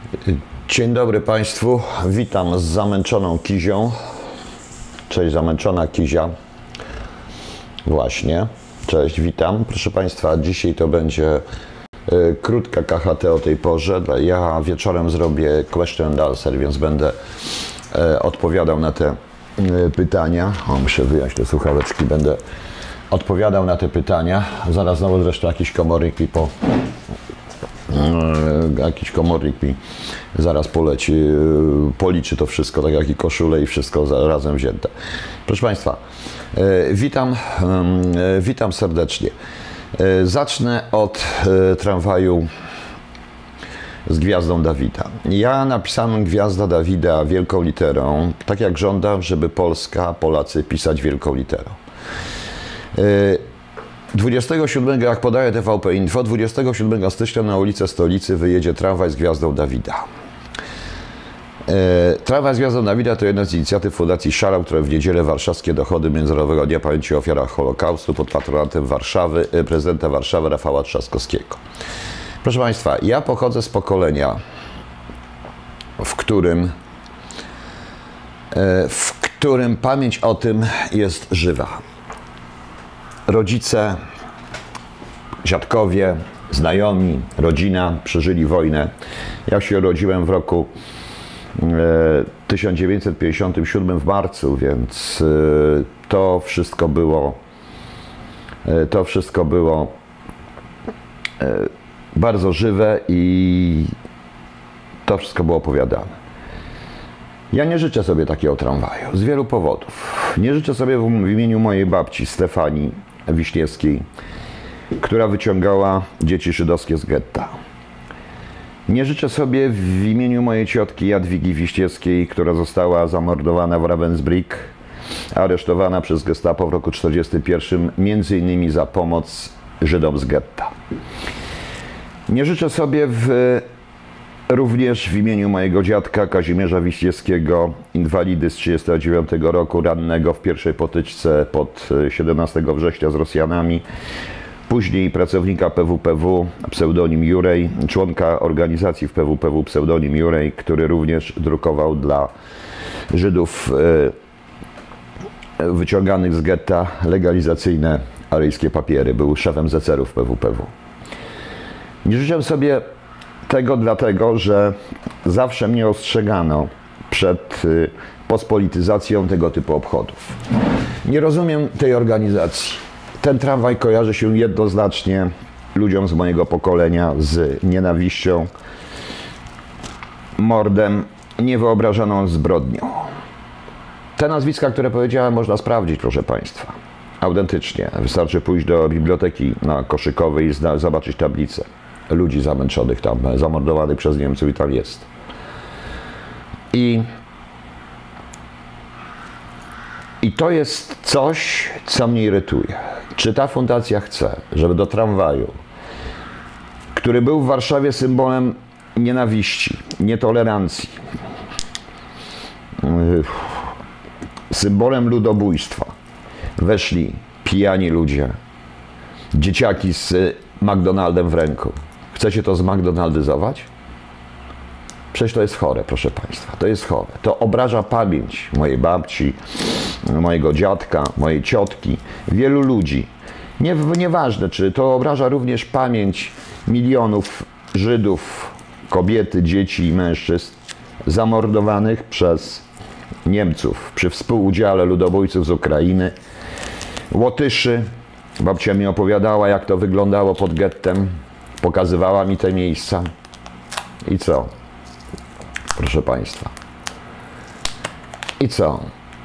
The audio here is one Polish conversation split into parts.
Dzień dobry Państwu, witam z zamęczoną Kizią. Cześć, zamęczona Kizia. Właśnie, cześć, witam. Proszę Państwa, dzisiaj to będzie krótka KHT o tej porze. Ja wieczorem zrobię question and answer, więc będę odpowiadał na te pytania. Muszę wyjąć te słuchaweczki, będę odpowiadał na te pytania. Zaraz znowu zresztą jakiś komornik mi zaraz poleci, policzy to wszystko, tak jak i koszulę i wszystko razem wzięte. Proszę Państwa, witam serdecznie. Zacznę od tramwaju z Gwiazdą Dawida. Ja napisałem Gwiazda Dawida wielką literą, tak jak żądam, żeby Polska, Polacy pisać wielką literą. 27, jak podaje TVP Info, 27 stycznia na ulicę Stolicy wyjedzie tramwaj z Gwiazdą Dawida. Tramwaj z Gwiazdą Dawida to jedna z inicjatyw Fundacji Szarał, która w niedzielę warszawskie dochody Międzynarodowego Dnia Pamięci o Ofiarach Holokaustu pod patronatem prezydenta Warszawy Rafała Trzaskowskiego. Proszę Państwa, ja pochodzę z pokolenia, w którym pamięć o tym jest żywa. Rodzice, dziadkowie, znajomi, rodzina przeżyli wojnę. Ja się urodziłem w roku 1957 w marcu, więc to wszystko było bardzo żywe i to wszystko było opowiadane. Ja nie życzę sobie takiego tramwaju z wielu powodów. Nie życzę sobie w imieniu mojej babci Stefanii Wiśniewskiej, która wyciągała dzieci żydowskie z getta. Nie życzę sobie w imieniu mojej ciotki Jadwigi Wiśniewskiej, która została zamordowana w Ravensbrück, aresztowana przez gestapo w roku 1941, między innymi za pomoc Żydom z getta. Nie życzę sobie również w imieniu mojego dziadka Kazimierza Wiśniewskiego, inwalidy z 1939 roku, rannego w pierwszej potyczce pod 17 września z Rosjanami, później pracownika PWPW, pseudonim Jurej, członka organizacji w PWPW, pseudonim Jurej, który również drukował dla Żydów wyciąganych z getta legalizacyjne aryjskie papiery. Był szefem zecerów PWPW. Nie życzę sobie tego dlatego, że zawsze mnie ostrzegano przed pospolityzacją tego typu obchodów. Nie rozumiem tej organizacji. Ten tramwaj kojarzy się jednoznacznie ludziom z mojego pokolenia z nienawiścią, mordem, niewyobrażoną zbrodnią. Te nazwiska, które powiedziałem, można sprawdzić, proszę Państwa. Autentycznie. Wystarczy pójść do biblioteki na Koszykowej i zobaczyć tablicę ludzi zamęczonych tam, zamordowanych przez Niemców i tam jest. I to jest coś, co mnie irytuje. Czy ta fundacja chce, żeby do tramwaju, który był w Warszawie symbolem nienawiści, nietolerancji, symbolem ludobójstwa, weszli pijani ludzie, dzieciaki z McDonaldem w ręku. Chcecie to zMcDonaldyzować? Przecież to jest chore, proszę Państwa. To jest chore. To obraża pamięć mojej babci, mojego dziadka, mojej ciotki, wielu ludzi. Nieważne, czy to obraża również pamięć milionów Żydów, kobiety, dzieci i mężczyzn zamordowanych przez Niemców przy współudziale ludobójców z Ukrainy, Łotyszy. Babcia mi opowiadała, jak to wyglądało pod gettem. Pokazywała mi te miejsca. I co? Proszę Państwa. I co?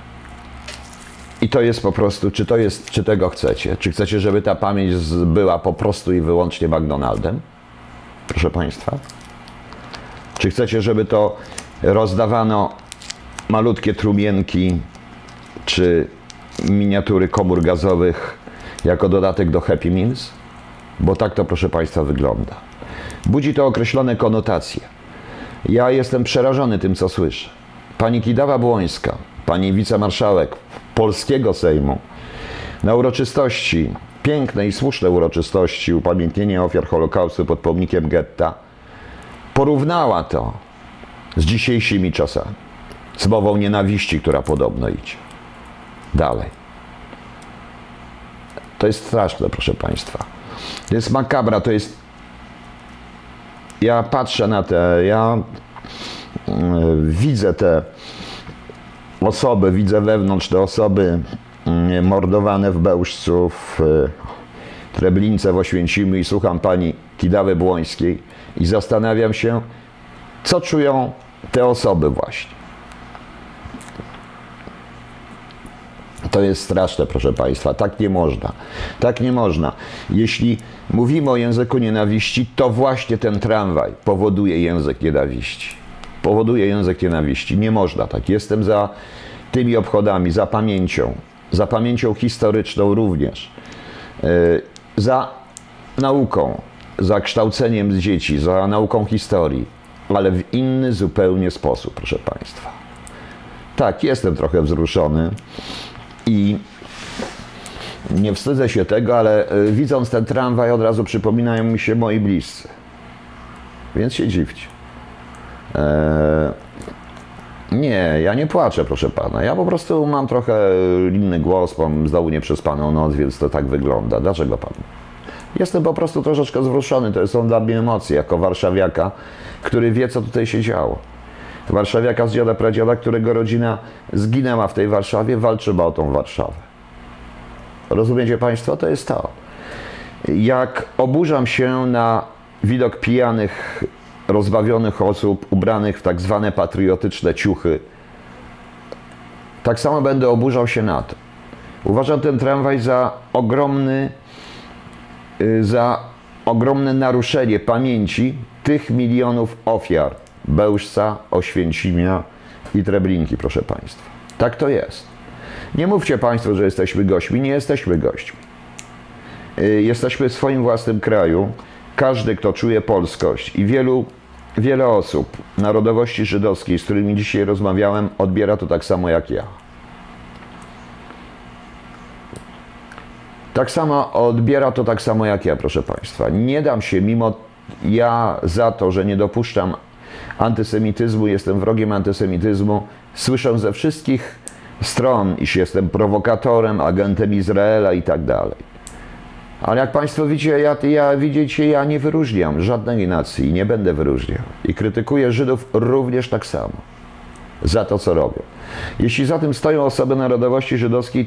I to jest po prostu, czy tego chcecie? Czy chcecie, żeby ta pamięć była po prostu i wyłącznie McDonaldem? Proszę Państwa. Czy chcecie, żeby to rozdawano malutkie trumienki, czy miniatury komór gazowych jako dodatek do Happy Meals? Bo tak to, proszę Państwa, wygląda. Budzi to określone konotacje. Ja jestem przerażony tym, co słyszę. Pani Kidawa-Błońska, pani wicemarszałek polskiego Sejmu, na uroczystości, pięknej i słusznej uroczystości upamiętnienia ofiar Holokaustu pod pomnikiem getta, porównała to z dzisiejszymi czasami, z mową nienawiści, która podobno idzie dalej. To jest straszne, proszę Państwa. To jest makabra, to jest... Ja patrzę na te, ja widzę te osoby, widzę wewnątrz te osoby mordowane w Bełżcu, w Treblince, w Oświęcimiu i słucham pani Kidawy Błońskiej i zastanawiam się, co czują te osoby właśnie. To jest straszne, proszę Państwa. Tak nie można. Tak nie można. Jeśli mówimy o języku nienawiści, to właśnie ten tramwaj powoduje język nienawiści. Powoduje język nienawiści. Nie można tak. Jestem za tymi obchodami, za pamięcią historyczną również, za nauką, za kształceniem dzieci, za nauką historii, ale w inny zupełnie sposób, proszę Państwa. Tak, jestem trochę wzruszony i nie wstydzę się tego, ale widząc ten tramwaj od razu przypominają mi się moi bliscy. Więc się dziwcie. Nie, ja nie płaczę, proszę pana. Ja po prostu mam trochę inny głos, mam znowu nieprzespaną noc, więc to tak wygląda. Dlaczego pan? Jestem po prostu troszeczkę wzruszony. To są dla mnie emocje, jako warszawiaka, który wie, co tutaj się działo. Warszawiaka z dziada pradziada, którego rodzina zginęła w tej Warszawie, walczyła o tą Warszawę. Rozumiecie Państwo? To jest to. Jak oburzam się na widok pijanych, rozbawionych osób ubranych w tak zwane patriotyczne ciuchy, tak samo będę oburzał się na to. Uważam ten tramwaj za ogromne naruszenie pamięci tych milionów ofiar Bełżca, Oświęcimia i Treblinki, proszę Państwa. Tak to jest. Nie mówcie Państwo, że jesteśmy gośćmi. Nie jesteśmy gośćmi. Jesteśmy w swoim własnym kraju. Każdy, kto czuje polskość i wiele osób narodowości żydowskiej, z którymi dzisiaj rozmawiałem, odbiera to tak samo jak ja. Tak samo odbiera to tak samo jak ja, proszę Państwa. Nie dam się, ja za to, że nie dopuszczam antysemityzmu, jestem wrogiem antysemityzmu, słyszę ze wszystkich stron, iż jestem prowokatorem, agentem Izraela i tak dalej. Ale jak Państwo widzicie, ja nie wyróżniam żadnej nacji i nie będę wyróżniał. I krytykuję Żydów również tak samo za to, co robią. Jeśli za tym stoją osoby narodowości żydowskiej,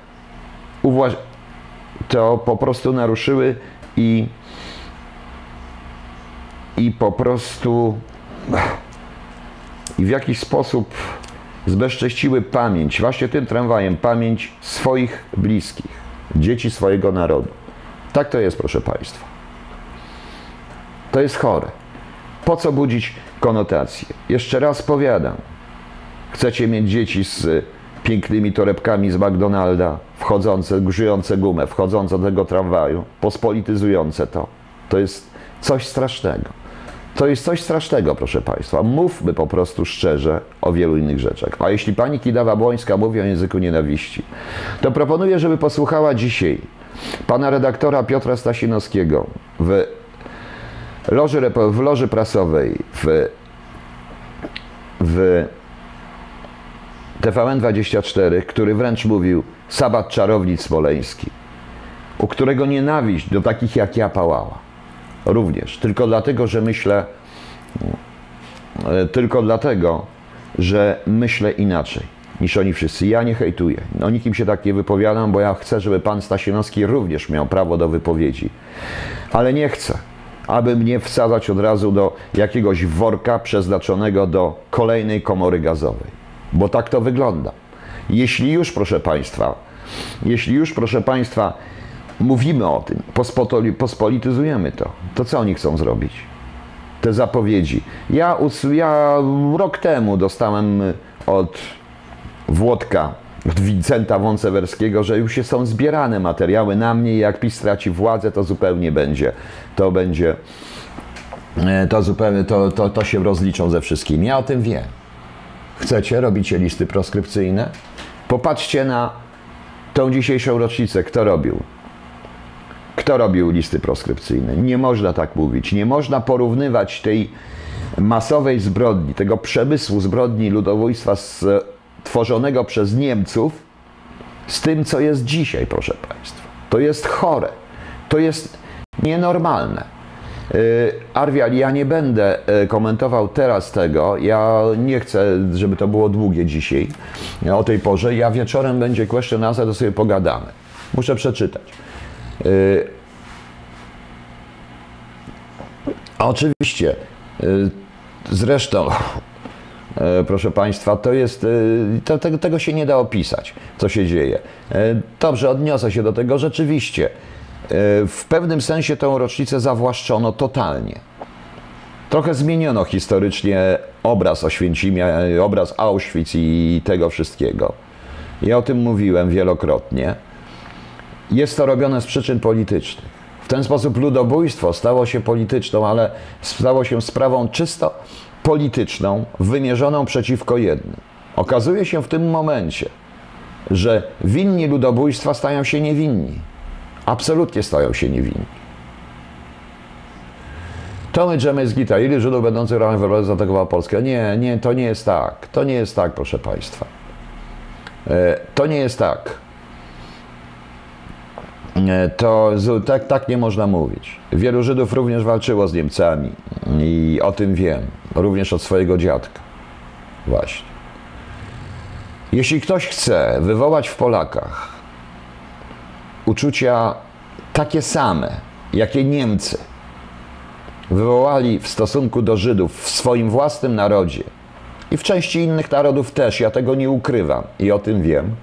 to po prostu naruszyły i po prostu w jakiś sposób zbezcześciły pamięć, właśnie tym tramwajem, pamięć swoich bliskich, dzieci swojego narodu. Tak to jest, proszę Państwa. To jest chore. Po co budzić konotacje? Jeszcze raz powiadam. Chcecie mieć dzieci z pięknymi torebkami z McDonalda, grzejące gumę, wchodzące do tego tramwaju, pospolityzujące to. To jest coś strasznego. To jest coś strasznego, proszę Państwa. Mówmy po prostu szczerze o wielu innych rzeczach. A jeśli pani Kidawa Błońska mówi o języku nienawiści, to proponuję, żeby posłuchała dzisiaj pana redaktora Piotra Stasinowskiego w loży prasowej w TVN24, który wręcz mówił sabat czarownic smoleński, u którego nienawiść do takich jak ja pałała. Również. Tylko dlatego, że myślę inaczej niż oni wszyscy. Ja nie hejtuję. O nikim się tak nie wypowiadam, bo ja chcę, żeby pan Stasinowski również miał prawo do wypowiedzi. Ale nie chcę, aby mnie wsadzać od razu do jakiegoś worka przeznaczonego do kolejnej komory gazowej. Bo tak to wygląda. Jeśli już, proszę Państwa, mówimy o tym, pospolityzujemy to co oni chcą zrobić? Te zapowiedzi. Ja rok temu dostałem od Włodka, od Wincenta Wąsewerskiego, że już są zbierane materiały na mnie i jak PiS straci władzę, to zupełnie będzie. To się rozliczą ze wszystkimi. Ja o tym wiem. Chcecie? Robicie listy proskrypcyjne? Popatrzcie na tą dzisiejszą rocznicę. Kto robił? Kto robił listy proskrypcyjne? Nie można tak mówić. Nie można porównywać tej masowej zbrodni, tego przemysłu zbrodni ludobójstwa tworzonego przez Niemców z tym, co jest dzisiaj, proszę Państwa. To jest chore. To jest nienormalne. Arwial, ja nie będę komentował teraz tego. Ja nie chcę, żeby to było długie dzisiaj, o tej porze. Ja wieczorem będzie question answer, to sobie pogadamy. Muszę przeczytać. Oczywiście, zresztą, proszę Państwa, to jest, tego się nie da opisać, co się dzieje. Dobrze, odniosę się do tego. Rzeczywiście, w pewnym sensie tę rocznicę zawłaszczono totalnie. Trochę zmieniono historycznie obraz Oświęcimia, obraz Auschwitz i tego wszystkiego. Ja o tym mówiłem wielokrotnie. Jest to robione z przyczyn politycznych. W ten sposób ludobójstwo stało się polityczną, ale stało się sprawą czysto polityczną, wymierzoną przeciwko jednym. Okazuje się w tym momencie, że winni ludobójstwa stają się niewinni. Absolutnie stają się niewinni. Tomy Dżemys Gita, ilu Żydów będących w ramach wyboru zaatakowało Polskę? Nie, to nie jest tak. To nie jest tak, proszę Państwa. To nie jest tak. Tak nie można mówić. Wielu Żydów również walczyło z Niemcami i o tym wiem. Również od swojego dziadka. Właśnie. Jeśli ktoś chce wywołać w Polakach uczucia takie same, jakie Niemcy wywołali w stosunku do Żydów w swoim własnym narodzie i w części innych narodów też, ja tego nie ukrywam i o tym wiem,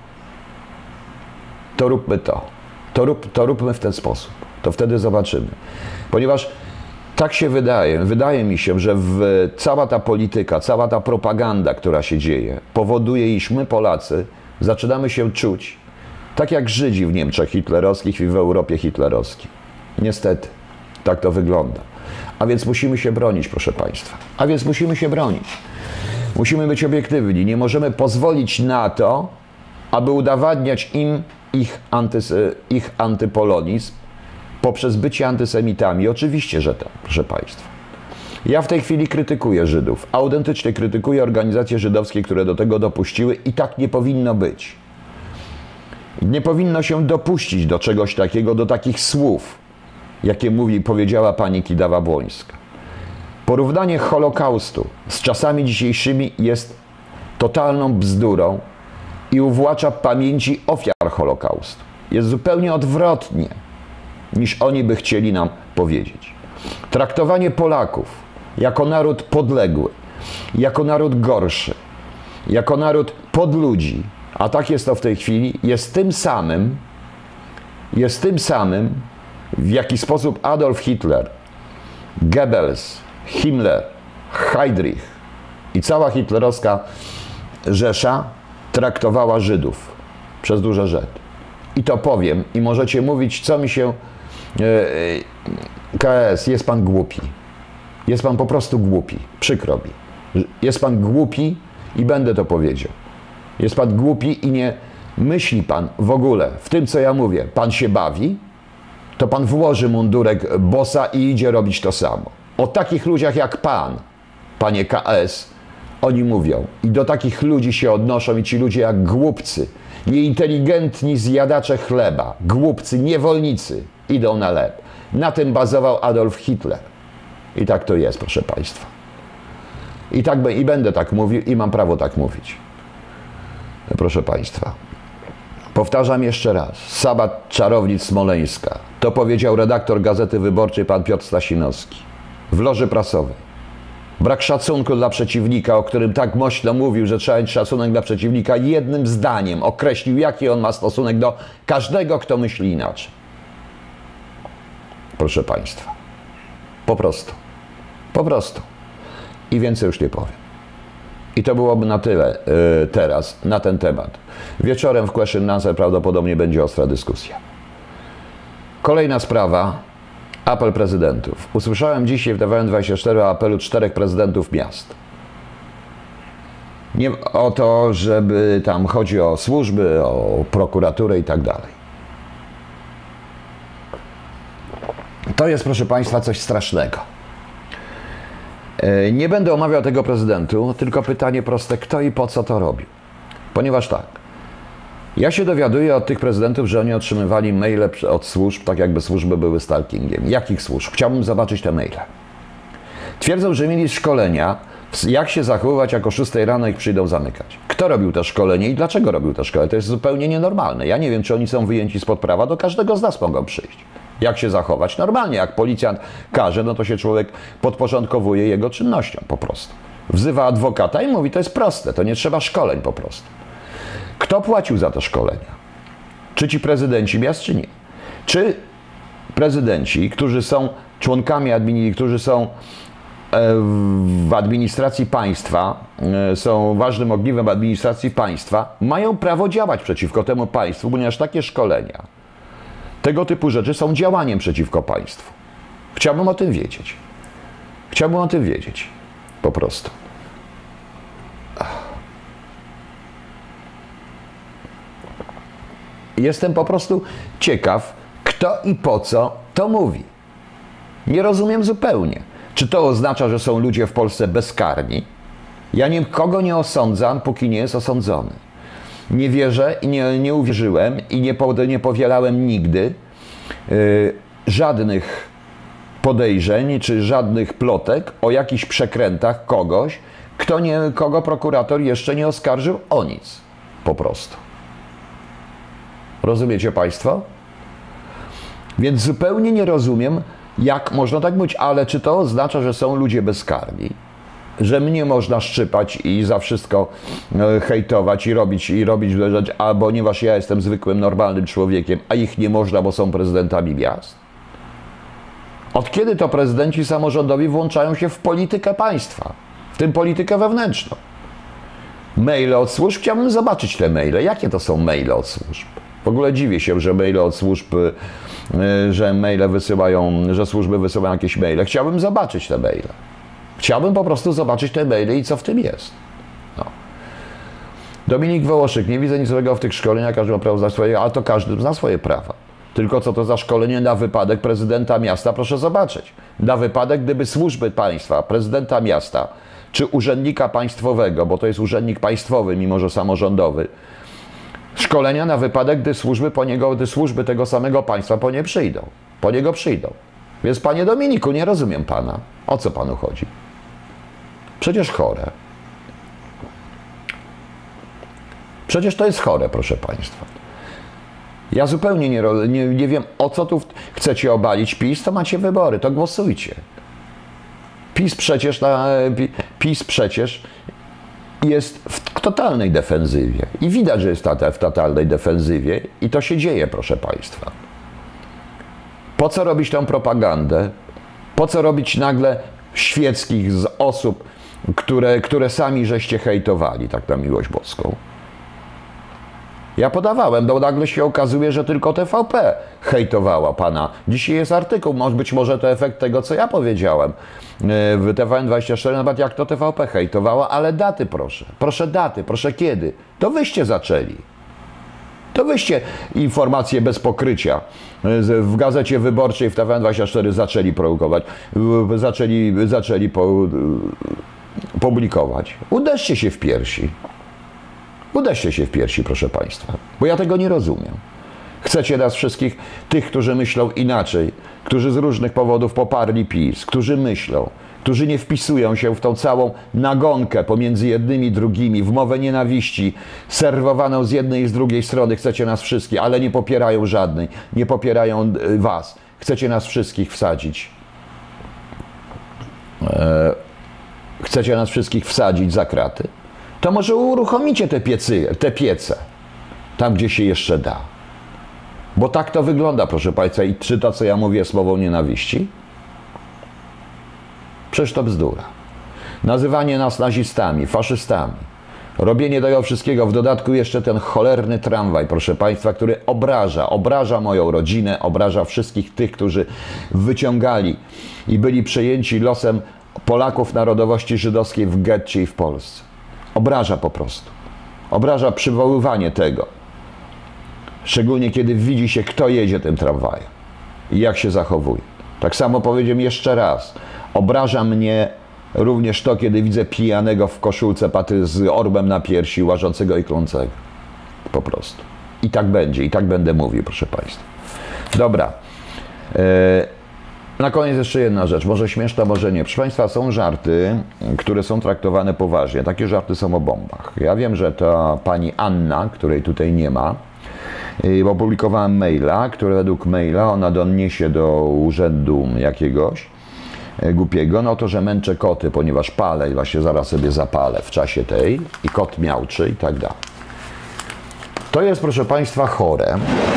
to róbmy to. To róbmy w ten sposób. To wtedy zobaczymy. Ponieważ tak się wydaje mi się, że cała ta polityka, cała ta propaganda, która się dzieje, powoduje, iż my Polacy zaczynamy się czuć tak jak Żydzi w Niemczech hitlerowskich i w Europie hitlerowskiej. Niestety, tak to wygląda. A więc musimy się bronić, proszę Państwa. A więc musimy się bronić. Musimy być obiektywni. Nie możemy pozwolić na to, aby udowadniać im ich antypolonizm poprzez bycie antysemitami. Oczywiście, że tak, proszę Państwa. Ja w tej chwili krytykuję Żydów. Autentycznie krytykuję organizacje żydowskie, które do tego dopuściły i tak nie powinno być. Nie powinno się dopuścić do czegoś takiego, do takich słów, jakie powiedziała pani Kidawa-Błońska. Porównanie Holokaustu z czasami dzisiejszymi jest totalną bzdurą i uwłacza pamięci ofiar Holokaustu. Jest zupełnie odwrotnie, niż oni by chcieli nam powiedzieć. Traktowanie Polaków jako naród podległy, jako naród gorszy, jako naród podludzi, a tak jest to w tej chwili, jest tym samym, w jaki sposób Adolf Hitler, Goebbels, Himmler, Heydrich i cała hitlerowska Rzesza traktowała Żydów przez duże Z. I to powiem i możecie mówić, co mi się... KS, jest pan głupi. Jest pan po prostu głupi. Przykro mi. Jest pan głupi i będę to powiedział. Jest pan głupi i nie myśli pan w ogóle w tym, co ja mówię. Pan się bawi, to pan włoży mundurek bossa i idzie robić to samo. O takich ludziach jak pan, panie KS, oni mówią. I do takich ludzi się odnoszą i ci ludzie jak głupcy, nieinteligentni zjadacze chleba, głupcy, niewolnicy idą na lep. Na tym bazował Adolf Hitler. I tak to jest, proszę Państwa. I będę tak mówił i mam prawo tak mówić. Proszę Państwa. Powtarzam jeszcze raz. Sabat czarownic Smoleńska. To powiedział redaktor Gazety Wyborczej pan Piotr Stasinowski w loży prasowej. Brak szacunku dla przeciwnika, o którym tak głośno mówił, że trzeba mieć szacunek dla przeciwnika, jednym zdaniem określił, jaki on ma stosunek do każdego, kto myśli inaczej. Proszę Państwa. Po prostu. Po prostu. I więcej już nie powiem. I to byłoby na tyle teraz na ten temat. Wieczorem w question answer prawdopodobnie będzie ostra dyskusja. Kolejna sprawa. Apel prezydentów. Usłyszałem dzisiaj w TVN24 o apelu 4 prezydentów miast. Nie o to, żeby tam chodzi o służby, o prokuraturę i tak dalej. To jest, proszę Państwa, coś strasznego. Nie będę omawiał tego prezydentu, tylko pytanie proste, kto i po co to robił. Ponieważ tak, ja się dowiaduję od tych prezydentów, że oni otrzymywali maile od służb, tak jakby służby były stalkingiem. Jakich służb? Chciałbym zobaczyć te maile. Twierdzą, że mieli szkolenia, jak się zachowywać, jak o 6 rano ich przyjdą zamykać. Kto robił to szkolenie i dlaczego robił to szkolenie? To jest zupełnie nienormalne. Ja nie wiem, czy oni są wyjęci spod prawa, do każdego z nas mogą przyjść. Jak się zachować? Normalnie, jak policjant każe, no to się człowiek podporządkowuje jego czynnościom po prostu. Wzywa adwokata i mówi, to jest proste, to nie trzeba szkoleń po prostu. Kto płacił za te szkolenia? Czy ci prezydenci miast, czy nie? Czy prezydenci, którzy są członkami którzy są w administracji państwa, są ważnym ogniwem administracji państwa, mają prawo działać przeciwko temu państwu, ponieważ takie szkolenia, tego typu rzeczy są działaniem przeciwko państwu. Chciałbym o tym wiedzieć. Chciałbym o tym wiedzieć. Po prostu. Jestem po prostu ciekaw, kto i po co to mówi. Nie rozumiem zupełnie. Czy to oznacza, że są ludzie w Polsce bezkarni? Ja nikogo nie osądzam, póki nie jest osądzony. Nie wierzę i nie uwierzyłem i nie powielałem nigdy żadnych podejrzeń czy żadnych plotek o jakichś przekrętach kogoś, kogo prokurator jeszcze nie oskarżył o nic. Po prostu. Rozumiecie Państwo? Więc zupełnie nie rozumiem, jak można tak być, ale czy to oznacza, że są ludzie bezkarni? Że mnie można szczypać i za wszystko hejtować i robić rzeczy, a ponieważ ja jestem zwykłym, normalnym człowiekiem, a ich nie można, bo są prezydentami miast? Od kiedy to prezydenci samorządowi włączają się w politykę państwa, w tym politykę wewnętrzną? Maile od służb? Chciałbym zobaczyć te maile. Jakie to są maile od służb? W ogóle dziwię się, że maile od służb, że maile wysyłają, że służby wysyłają jakieś maile. Chciałbym zobaczyć te maile. Chciałbym po prostu zobaczyć te maile i co w tym jest. No. Dominik Wołoszyk, nie widzę nic złego w tych szkoleniach, każdy ma prawo znać swoje, ale to każdy zna swoje prawa. Tylko co to za szkolenie na wypadek prezydenta miasta, proszę zobaczyć. Na wypadek, gdyby służby państwa, prezydenta miasta, czy urzędnika państwowego, bo to jest urzędnik państwowy, mimo że samorządowy, szkolenia na wypadek, gdy służby tego samego państwa po niego przyjdą. Więc panie Dominiku, nie rozumiem pana. O co panu chodzi? Przecież chore. Przecież to jest chore, proszę państwa. Ja zupełnie nie wiem, o co tu chcecie obalić PiS, to macie wybory, to głosujcie. PiS przecież jest w totalnej defensywie. I widać, że jest w totalnej defensywie i to się dzieje, proszę państwa. Po co robić tą propagandę? Po co robić nagle świeckich z osób, które sami żeście hejtowali, tak na miłość boską? Ja podawałem, bo nagle się okazuje, że tylko TVP hejtowała pana. Dzisiaj jest artykuł, być może to efekt tego, co ja powiedziałem w TVN24, nawet jak to TVP hejtowała, ale daty proszę. Proszę daty, proszę kiedy. To wyście zaczęli. To wyście informacje bez pokrycia w Gazecie Wyborczej w TVN24 zaczęli produkować, zaczęli publikować. Uderzcie się w piersi. Uderzcie się w piersi, proszę państwa, bo ja tego nie rozumiem. Chcecie nas wszystkich, tych, którzy myślą inaczej, którzy z różnych powodów poparli PiS, którzy myślą, którzy nie wpisują się w tą całą nagonkę pomiędzy jednymi i drugimi, w mowę nienawiści, serwowaną z jednej i z drugiej strony. Chcecie nas wszystkich, ale nie popierają żadnej, nie popierają was. Chcecie nas wszystkich wsadzić. Chcecie nas wszystkich wsadzić za kraty. To może uruchomicie te piece, tam gdzie się jeszcze da. Bo tak to wygląda, proszę państwa. I czy to, co ja mówię, jest mową nienawiści? Przecież to bzdura. Nazywanie nas nazistami, faszystami. Robienie tego wszystkiego, w dodatku jeszcze ten cholerny tramwaj, proszę państwa, który obraża moją rodzinę, obraża wszystkich tych, którzy wyciągali i byli przejęci losem Polaków narodowości żydowskiej w getcie i w Polsce. Obraża po prostu. Obraża przywoływanie tego. Szczególnie kiedy widzi się, kto jedzie tym tramwajem i jak się zachowuje. Tak samo powiedziałem jeszcze raz. Obraża mnie również to, kiedy widzę pijanego w koszulce z orbem na piersi, łażącego i klącego. Po prostu. I tak będzie, i tak będę mówił, proszę Państwa. Dobra. Na koniec jeszcze jedna rzecz, może śmieszna, może nie. Proszę Państwa, są żarty, które są traktowane poważnie. Takie żarty są o bombach. Ja wiem, że to pani Anna, której tutaj nie ma, opublikowałem maila, który według maila ona doniesie do urzędu jakiegoś głupiego, no to, że męczę koty, ponieważ palę i właśnie zaraz sobie zapalę w czasie tej i kot miauczy i tak dalej. To jest, proszę Państwa, chore,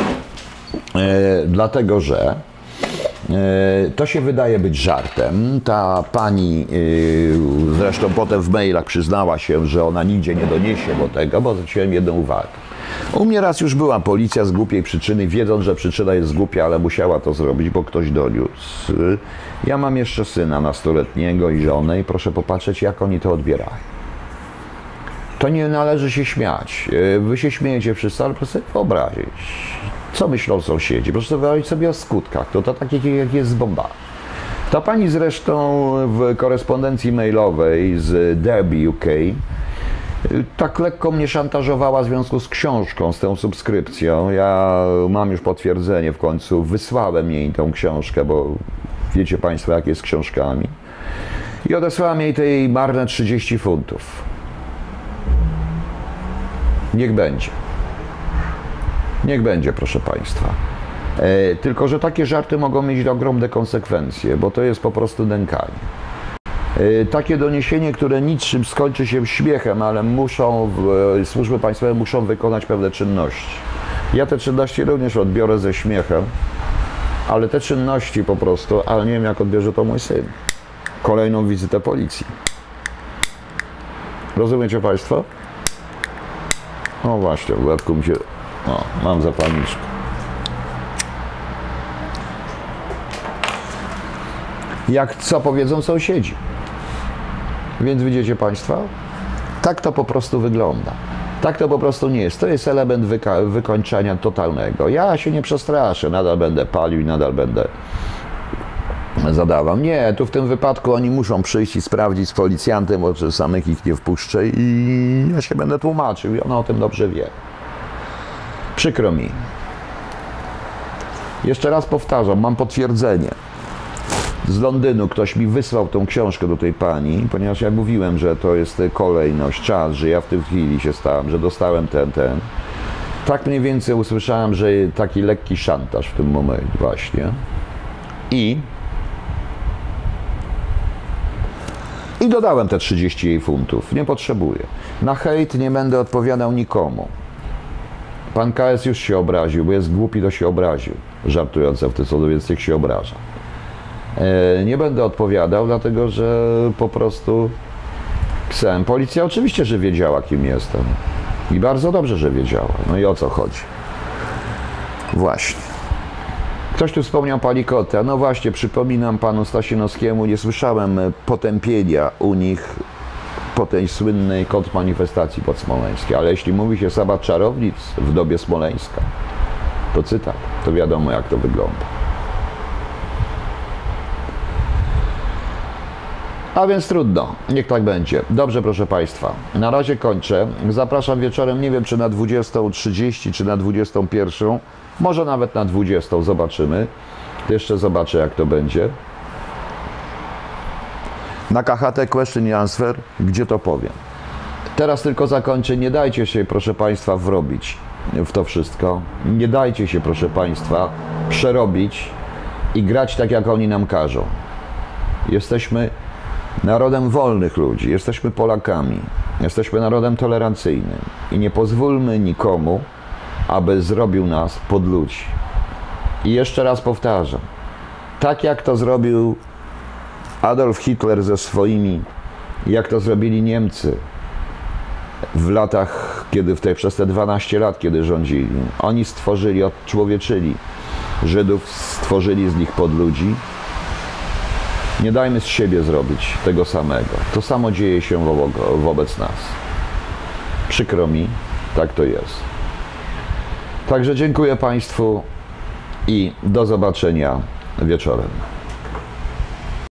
dlatego że to się wydaje być żartem. Ta pani zresztą potem w mailach przyznała się, że ona nigdzie nie doniesie do tego, bo zwróciłem jedną uwagę. U mnie raz już była policja z głupiej przyczyny, wiedząc, że przyczyna jest głupia, ale musiała to zrobić, bo ktoś doniósł. Ja mam jeszcze syna nastoletniego i żonę i proszę popatrzeć, jak oni to odbierają. To nie należy się śmiać. Wy się śmiejecie wszyscy, ale proszę sobie wyobrazić, co myślą sąsiedzi. Proszę sobie wyobrazić sobie o skutkach. To tak jak jest z bombami. Ta pani zresztą w korespondencji mailowej z Derby UK tak lekko mnie szantażowała w związku z książką, z tą subskrypcją. Ja mam już potwierdzenie w końcu. Wysłałem jej tą książkę, bo wiecie Państwo, jak jest z książkami. I odesłałem jej tej marne 30 funtów. Niech będzie. Niech będzie, proszę Państwa. Tylko że takie żarty mogą mieć ogromne konsekwencje, bo to jest po prostu nękanie. Takie doniesienie, które niczym skończy się śmiechem, ale służby państwowe muszą wykonać pewne czynności. Ja te czynności również odbiorę ze śmiechem, ale te czynności po prostu, ale nie wiem, jak odbierze to mój syn. Kolejną wizytę policji. Rozumiecie Państwo? O właśnie, w łebku mi się... O, mam zapalniczkę. Co powiedzą sąsiedzi. Więc widzicie Państwo? Tak to po prostu wygląda. Tak to po prostu nie jest. To jest element wykończenia totalnego. Ja się nie przestraszę. Nadal będę palił i nadal będę zadawał. Nie, tu w tym wypadku oni muszą przyjść i sprawdzić z policjantem, bo samych ich nie wpuszczę i ja się będę tłumaczył i ona o tym dobrze wie. Przykro mi. Jeszcze raz powtarzam, mam potwierdzenie. Z Londynu ktoś mi wysłał tą książkę do tej pani, ponieważ ja mówiłem, że to jest kolejność, czas, że ja w tej chwili się stałem, że dostałem ten. Tak mniej więcej usłyszałem, że taki lekki szantaż w tym momencie właśnie. I dodałem te 30 jej funtów. Nie potrzebuję. Na hejt nie będę odpowiadał nikomu. Pan KS już się obraził, bo jest głupi, to się obraził. Żartując w tym sposób, więc niech się obraża. Nie będę odpowiadał, dlatego że po prostu chcę. Policja oczywiście, że wiedziała, kim jestem. I bardzo dobrze, że wiedziała. No i o co chodzi? Właśnie. Ktoś tu wspomniał Palikota. No właśnie, przypominam panu Stasinowskiemu, nie słyszałem potępienia u nich po tej słynnej kontrmanifestacji pod Smoleńskiem. Ale jeśli mówi się Sabbat Czarownic w dobie Smoleńska, to cytat, to wiadomo, jak to wygląda. A więc trudno, niech tak będzie. Dobrze, proszę Państwa, na razie kończę. Zapraszam wieczorem, nie wiem czy na 20:30, czy na 21:00, może nawet na 20:00, zobaczymy. Jeszcze zobaczę, jak to będzie. Na KHT Question and Answer, gdzie to powiem. Teraz tylko zakończę, nie dajcie się, proszę Państwa, wrobić w to wszystko. Nie dajcie się, proszę Państwa, przerobić i grać tak, jak oni nam każą. Jesteśmy narodem wolnych ludzi, jesteśmy Polakami, jesteśmy narodem tolerancyjnym i nie pozwólmy nikomu, aby zrobił nas pod ludzi. I jeszcze raz powtarzam, tak jak to zrobił Adolf Hitler ze swoimi, jak to zrobili Niemcy w latach, przez te 12 lat, kiedy rządzili. Oni stworzyli, odczłowieczyli Żydów, stworzyli z nich podludzi. Nie dajmy z siebie zrobić tego samego. To samo dzieje się wobec nas. Przykro mi, tak to jest. Także dziękuję Państwu i do zobaczenia wieczorem.